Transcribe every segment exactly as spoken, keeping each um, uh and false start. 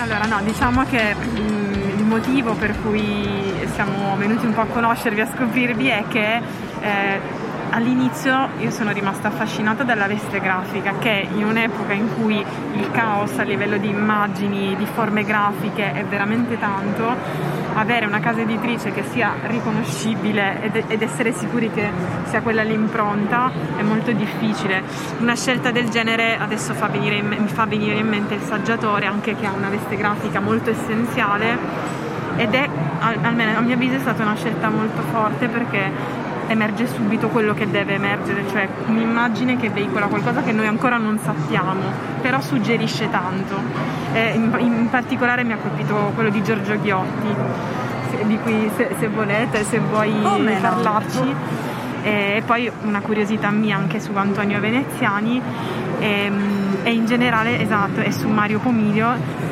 Allora no, diciamo che mh, il motivo per cui siamo venuti un po' a conoscervi, a scoprirvi è che eh, all'inizio io sono rimasta affascinata dalla veste grafica, che in un'epoca in cui il caos a livello di immagini, di forme grafiche è veramente tanto, avere una casa editrice che sia riconoscibile ed, ed essere sicuri che sia quella l'impronta è molto difficile. Una scelta del genere adesso fa venire in, mi fa venire in mente il Saggiatore, anche che ha una veste grafica molto essenziale, ed è, almeno a mio avviso, è stata una scelta molto forte, perché emerge subito quello che deve emergere, cioè un'immagine che veicola qualcosa che noi ancora non sappiamo, però suggerisce tanto. Eh, in, in particolare mi ha colpito quello di Giorgio Ghiotti, se, di cui se, se volete, se vuoi oh, parlarci. E poi una curiosità mia anche su Antonio Veneziani e, e in generale, esatto, e su Mario Pomilio.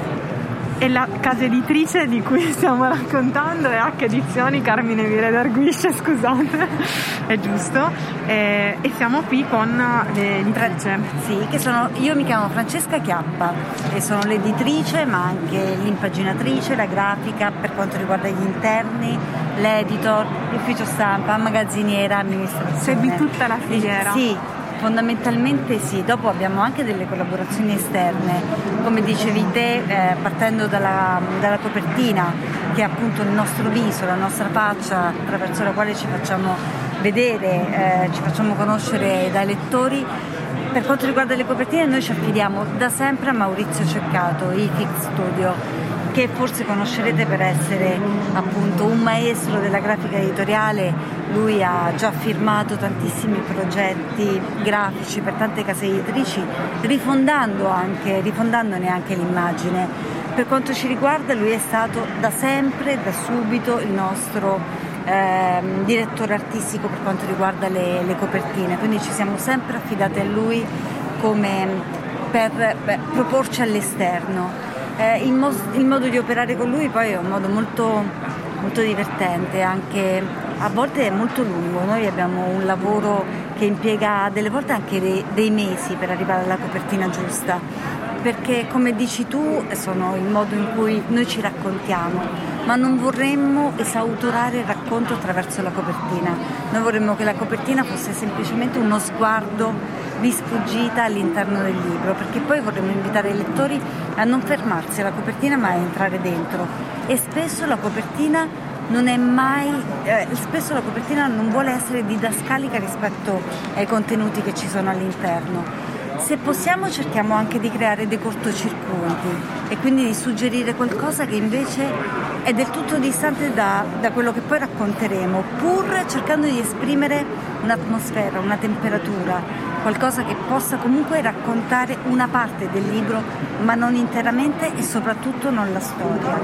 E la casa editrice di cui stiamo raccontando è H Edizioni Carmine Vire d'Arguisce, scusate, è giusto, e, e siamo qui con le editrice. Sì, che sono, io mi chiamo Francesca Chiappa e sono l'editrice, ma anche l'impaginatrice, la grafica per quanto riguarda gli interni, l'editor, l'ufficio stampa, magazziniera, amministrazione. Segui tutta la filiera? Sì. Fondamentalmente sì, dopo abbiamo anche delle collaborazioni esterne, come dicevi te, eh, partendo dalla, dalla copertina, che è appunto il nostro viso, la nostra faccia, attraverso la quale ci facciamo vedere, eh, ci facciamo conoscere dai lettori. Per quanto riguarda le copertine, noi ci affidiamo da sempre a Maurizio Ceccato, I F X Studio, che forse conoscerete per essere appunto un maestro della grafica editoriale. Lui ha già firmato tantissimi progetti grafici per tante case editrici, rifondando anche, rifondandone anche l'immagine. Per quanto ci riguarda, lui è stato da sempre, da subito, il nostro eh, direttore artistico per quanto riguarda le, le copertine, quindi ci siamo sempre affidati a lui come per beh, proporci all'esterno. Eh, il, mo- il modo di operare con lui poi è un modo molto, molto divertente, anche a volte è molto lungo. Noi abbiamo un lavoro che impiega delle volte anche dei, dei mesi per arrivare alla copertina giusta, perché come dici tu sono il modo in cui noi ci raccontiamo, ma non vorremmo esautorare il racconto attraverso la copertina. Noi vorremmo che la copertina fosse semplicemente uno sguardo di sfuggita all'interno del libro, perché poi vorremmo invitare i lettori a non fermarsi alla copertina ma a entrare dentro. E spesso la copertina non è mai eh, spesso la copertina non vuole essere didascalica rispetto ai contenuti che ci sono all'interno. Se possiamo cerchiamo anche di creare dei cortocircuiti e quindi di suggerire qualcosa che invece è del tutto distante da, da quello che poi racconteremo, pur cercando di esprimere un'atmosfera, una temperatura, qualcosa che possa comunque raccontare una parte del libro, ma non interamente e soprattutto non la storia.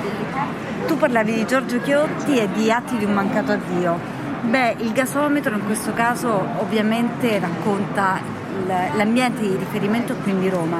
Tu parlavi di Giorgio Ghiotti e di Atti di un mancato addio. Beh, il gasometro in questo caso ovviamente racconta l'ambiente di riferimento, quindi Roma,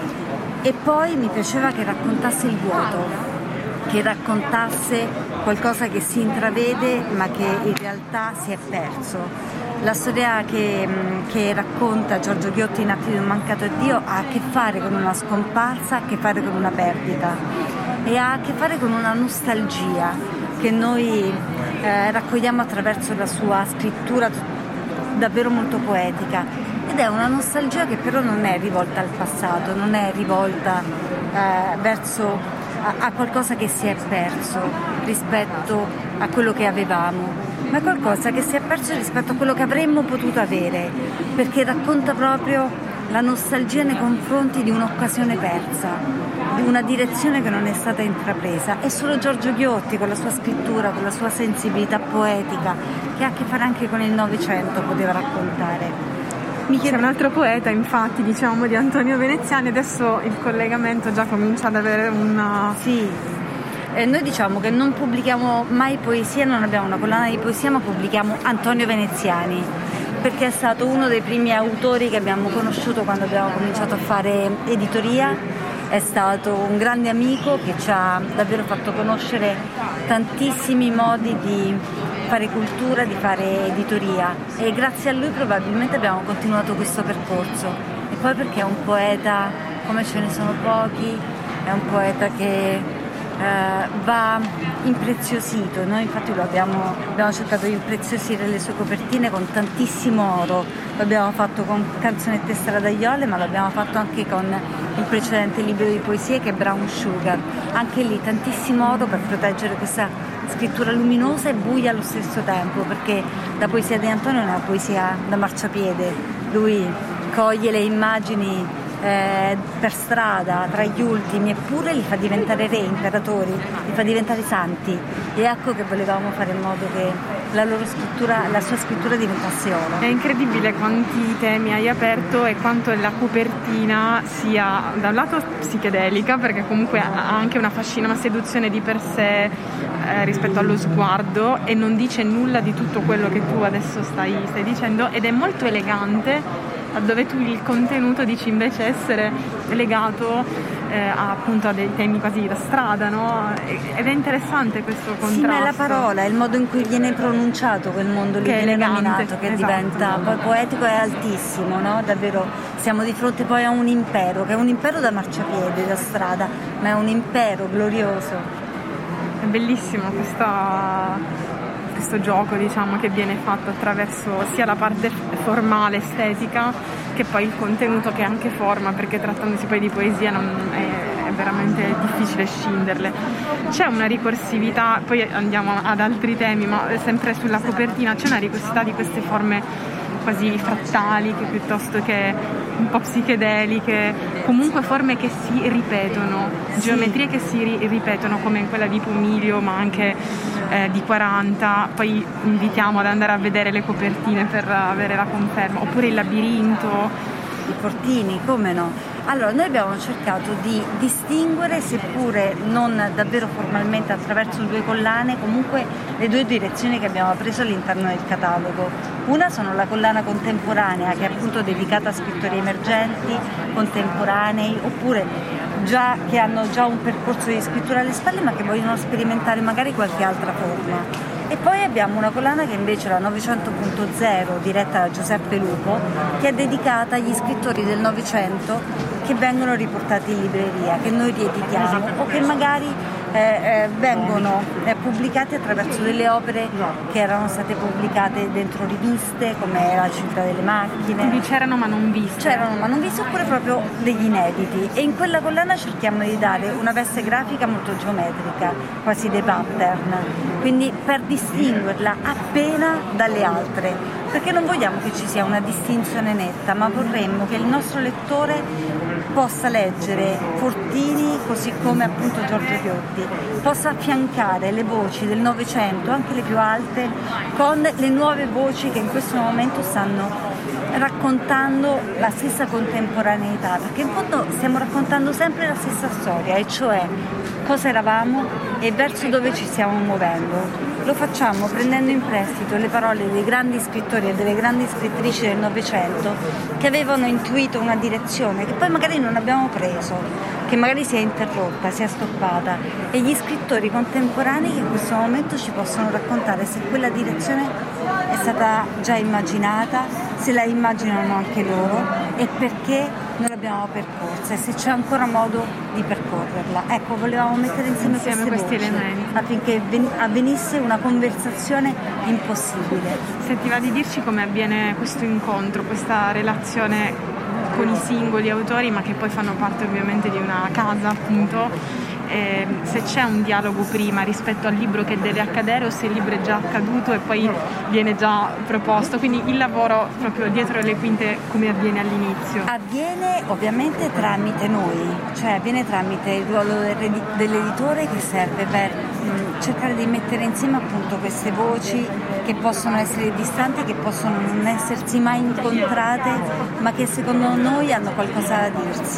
e poi mi piaceva che raccontasse il vuoto, che raccontasse qualcosa che si intravede ma che in realtà si è perso. La storia che, che racconta Giorgio Ghiotti in Atti di un mancato addio ha a che fare con una scomparsa, ha a che fare con una perdita e ha a che fare con una nostalgia che noi eh, raccogliamo attraverso la sua scrittura davvero molto poetica. Ed è una nostalgia che però non è rivolta al passato, non è rivolta eh, verso a, a qualcosa che si è perso rispetto a quello che avevamo, ma è qualcosa che si è perso rispetto a quello che avremmo potuto avere, perché racconta proprio la nostalgia nei confronti di un'occasione persa, di una direzione che non è stata intrapresa. E solo Giorgio Ghiotti, con la sua scrittura, con la sua sensibilità poetica, che ha a che fare anche con il Novecento, poteva raccontare. Mi C'è un altro poeta, infatti, diciamo di Antonio Veneziani, adesso il collegamento già comincia ad avere una... Sì, eh, noi diciamo che non pubblichiamo mai poesia, non abbiamo una collana di poesia, ma pubblichiamo Antonio Veneziani, perché è stato uno dei primi autori che abbiamo conosciuto quando abbiamo cominciato a fare editoria. È stato un grande amico che ci ha davvero fatto conoscere tantissimi modi di fare cultura, di fare editoria, e grazie a lui probabilmente abbiamo continuato questo percorso. E poi perché è un poeta come ce ne sono pochi, è un poeta che Uh, va impreziosito. Noi infatti lo abbiamo, abbiamo cercato di impreziosire le sue copertine con tantissimo oro. Lo abbiamo fatto con Canzonette Stradaiole, ma l'abbiamo fatto anche con il precedente libro di poesie che è Brown Sugar. Anche lì tantissimo oro per proteggere questa scrittura luminosa e buia allo stesso tempo, perché la poesia di Antonio è una poesia da marciapiede. Lui coglie le immagini Eh, per strada, tra gli ultimi, eppure li fa diventare re, imperatori, li fa diventare santi, e ecco che volevamo fare in modo che la loro scrittura, la sua scrittura diventasse oro. È incredibile quanti temi hai aperto e quanto la copertina sia da un lato psichedelica, perché comunque ha anche una fascina, una seduzione di per sé eh, rispetto allo sguardo, e non dice nulla di tutto quello che tu adesso stai, stai dicendo, ed è molto elegante, dove tu il contenuto dici invece essere legato eh, a, appunto a dei temi quasi da strada, no? Ed è interessante questo contrasto. Sì, ma è la parola, è il modo in cui viene pronunciato quel mondo lì, che viene elegante, nominato, che esatto. diventa poi poetico e altissimo, no? Davvero siamo di fronte poi a un impero, che è un impero da marciapiede, da strada, ma è un impero glorioso. È bellissimo questa... questo gioco, diciamo, che viene fatto attraverso sia la parte formale, estetica, che poi il contenuto, che è anche forma, perché trattandosi poi di poesia non è, è veramente difficile scinderle. C'è una ricorsività, poi andiamo ad altri temi, ma sempre sulla copertina c'è una ricorsività di queste forme quasi frattali, che piuttosto che un po' psichedeliche, comunque forme che si ripetono, sì. Geometrie che si ri- ripetono, come in quella di Pomiglio, ma anche eh, di quaranta. Poi invitiamo ad andare a vedere le copertine per avere la conferma, oppure il labirinto. I portini, come no? Allora, noi abbiamo cercato di distinguere, seppure non davvero formalmente attraverso due collane, comunque le due direzioni che abbiamo preso all'interno del catalogo. Una sono la collana contemporanea, che è appunto dedicata a scrittori emergenti, contemporanei, oppure già che hanno già un percorso di scrittura alle spalle, ma che vogliono sperimentare magari qualche altra forma. E poi abbiamo una collana che invece è la novecento punto zero, diretta da Giuseppe Lupo, che è dedicata agli scrittori del Novecento che vengono riportati in libreria, che noi rieditiamo o che magari eh, eh, vengono eh, pubblicati attraverso delle opere che erano state pubblicate dentro riviste, come La Città delle Macchine. Quindi c'erano ma non viste. C'erano ma non viste, oppure proprio degli inediti. E in quella collana cerchiamo di dare una veste grafica molto geometrica, quasi dei pattern, quindi per distinguerla appena dalle altre, perché non vogliamo che ci sia una distinzione netta, ma vorremmo che il nostro lettore possa leggere Fortini così come appunto Giorgio Piotti, possa affiancare le voci del Novecento, anche le più alte, con le nuove voci che in questo momento stanno raccontando la stessa contemporaneità, perché in fondo stiamo raccontando sempre la stessa storia, e cioè cosa eravamo e verso dove ci stiamo muovendo. Lo facciamo prendendo in prestito le parole dei grandi scrittori e delle grandi scrittrici del Novecento, che avevano intuito una direzione che poi magari non abbiamo preso, che magari si è interrotta, si è stoppata, e gli scrittori contemporanei che in questo momento ci possono raccontare se quella direzione è stata già immaginata, se la immaginano anche loro e perché non l'abbiamo percorsa e se c'è ancora modo di percorrerla. Ecco, volevamo mettere insieme, insieme queste questi voci elementi affinché avvenisse una conversazione impossibile. Se ti va di dirci come avviene questo incontro, questa relazione con i singoli autori, ma che poi fanno parte ovviamente di una casa, appunto, eh, se c'è un dialogo prima rispetto al libro che deve accadere, o se il libro è già accaduto e poi viene già proposto, quindi il lavoro proprio dietro le quinte come avviene all'inizio? Avviene ovviamente tramite noi, cioè avviene tramite il ruolo dell'editore, che serve per mh, cercare di mettere insieme appunto queste voci che possono essere distanti, che possono non essersi mai incontrate, ma che secondo noi hanno qualcosa da dirsi.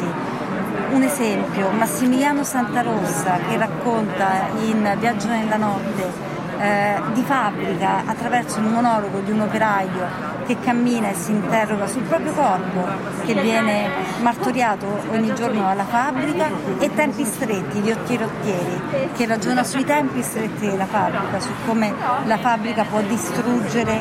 Un esempio, Massimiliano Santarossa, che racconta in Viaggio nella notte eh, di fabbrica attraverso il monologo di un operaio che cammina e si interroga sul proprio corpo, che viene martoriato ogni giorno alla fabbrica, e Tempi stretti di Ottieri Ottieri, che ragiona sui tempi stretti della fabbrica, su come la fabbrica può distruggere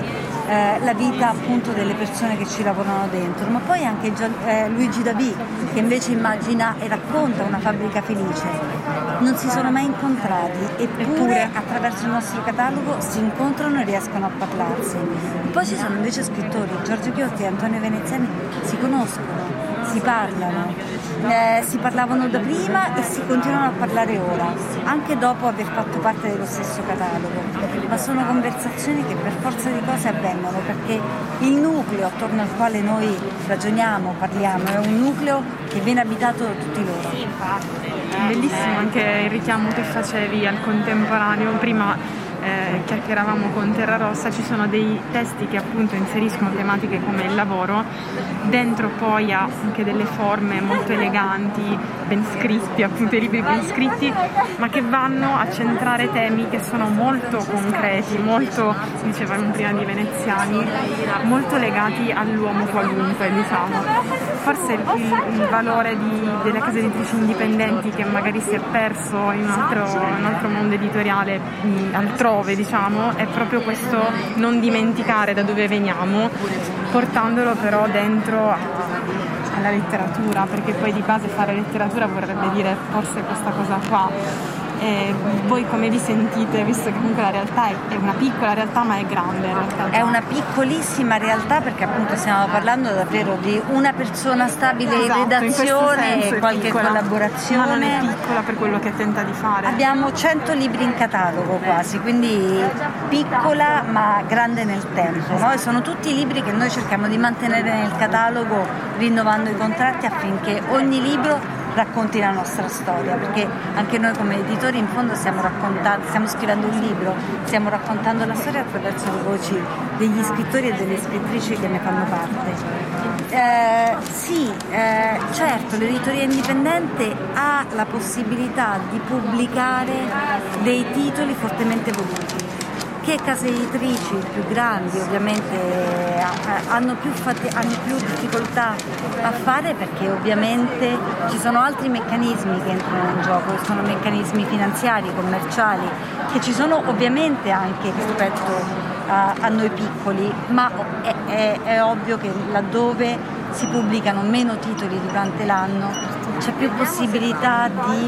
eh, la vita appunto delle persone che ci lavorano dentro, ma poi anche Gian, eh, Luigi David, che invece immagina e racconta una fabbrica felice. Non si sono mai incontrati, eppure, eppure attraverso il nostro catalogo si incontrano e riescono a parlarsi. E poi ci sono invece scrittori, Giorgio Chiotti e Antonio Veneziani si conoscono, si parlano, eh, si parlavano da prima e si continuano a parlare ora, anche dopo aver fatto parte dello stesso catalogo, ma sono conversazioni che per forza di cose avvengono, perché il nucleo attorno al quale noi ragioniamo, parliamo, è un nucleo che viene abitato da tutti loro. Bellissimo anche il richiamo che facevi al contemporaneo. Prima eh, chiacchieravamo con Terra Rossa, ci sono dei testi che appunto inseriscono tematiche come il lavoro, dentro poi ha anche delle forme molto eleganti, ben scritti, appunto i libri ben scritti, ma che vanno a centrare temi che sono molto concreti, molto, dicevamo prima di Veneziani, molto legati all'uomo qualunque, diciamo. Forse il, il valore di, delle case editrici indipendenti, che magari si è perso in un altro, in un altro mondo editoriale mh, altrove, diciamo, è proprio questo non dimenticare da dove veniamo, portandolo però dentro a, alla letteratura, perché poi di base fare letteratura vorrebbe dire forse questa cosa qua. E voi come vi sentite, visto che comunque la realtà è, è una piccola realtà ma è grande in realtà? È una piccolissima realtà, perché appunto stiamo parlando davvero di una persona stabile, esatto, in redazione e qualche piccola, collaborazione. Ma non è piccola per quello che tenta di fare. Abbiamo cento libri in catalogo quasi, quindi piccola ma grande nel tempo, no? E sono tutti libri che noi cerchiamo di mantenere nel catalogo, rinnovando i contratti affinché ogni libro racconti la nostra storia, perché anche noi come editori in fondo stiamo raccontando, stiamo scrivendo un libro, stiamo raccontando la storia attraverso le voci degli scrittori e delle scrittrici che ne fanno parte. Eh, sì, eh, certo, l'editoria indipendente ha la possibilità di pubblicare dei titoli fortemente voluti, che case editrici più grandi ovviamente hanno più, fate- hanno più difficoltà a fare, perché ovviamente ci sono altri meccanismi che entrano in gioco, che sono meccanismi finanziari, commerciali, che ci sono ovviamente anche rispetto a, a noi piccoli, ma è, è, è ovvio che laddove si pubblicano meno titoli durante l'anno c'è più possibilità di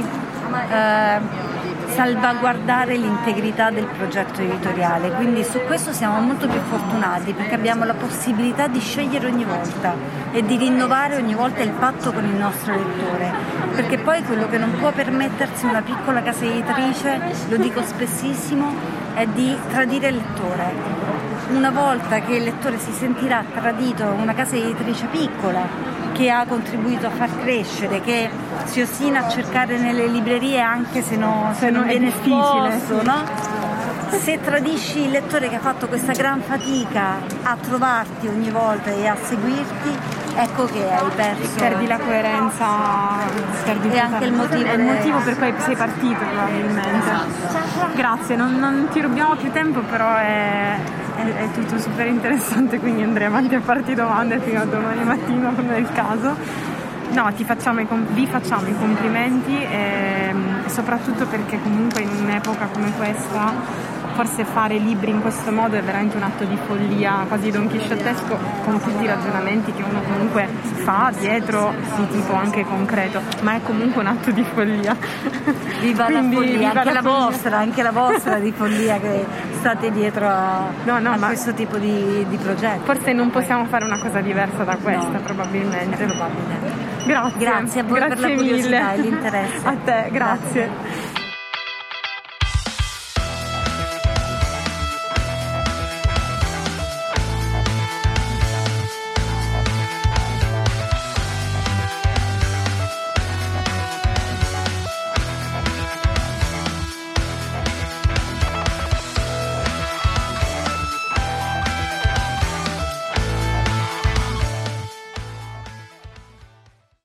eh, salvaguardare l'integrità del progetto editoriale, quindi su questo siamo molto più fortunati, perché abbiamo la possibilità di scegliere ogni volta e di rinnovare ogni volta il patto con il nostro lettore, perché poi quello che non può permettersi una piccola casa editrice, lo dico spessissimo, è di tradire il lettore. Una volta che il lettore si sentirà tradito da una casa editrice piccola, che ha contribuito a far crescere, che si ostina a cercare nelle librerie anche se, no, se non viene esposto, no? Se tradisci il lettore che ha fatto questa gran fatica a trovarti ogni volta e a seguirti, ecco che hai perso. Perdi la coerenza, perdi e anche il motivo, è il motivo per cui sei partito probabilmente. Grazie, non, non ti rubiamo più tempo, però è, è, è tutto super interessante, quindi andrei avanti a farti domande fino a domani mattina nel caso. No, ti facciamo i, vi facciamo i complimenti e, e soprattutto perché comunque in un'epoca come questa forse fare libri in questo modo è veramente un atto di follia quasi donchisciottesco, con tutti i ragionamenti che uno comunque fa dietro di tipo anche concreto, ma è comunque un atto di follia. Viva Quindi, la follia, viva anche la, la follia. vostra, anche la vostra di follia che state dietro a, no, no, a ma questo tipo di, di progetto. Forse non possiamo fare una cosa diversa da questa, no, probabilmente. probabilmente. Grazie. Grazie a voi grazie per la curiosità mille. e l'interesse. A te, grazie. grazie.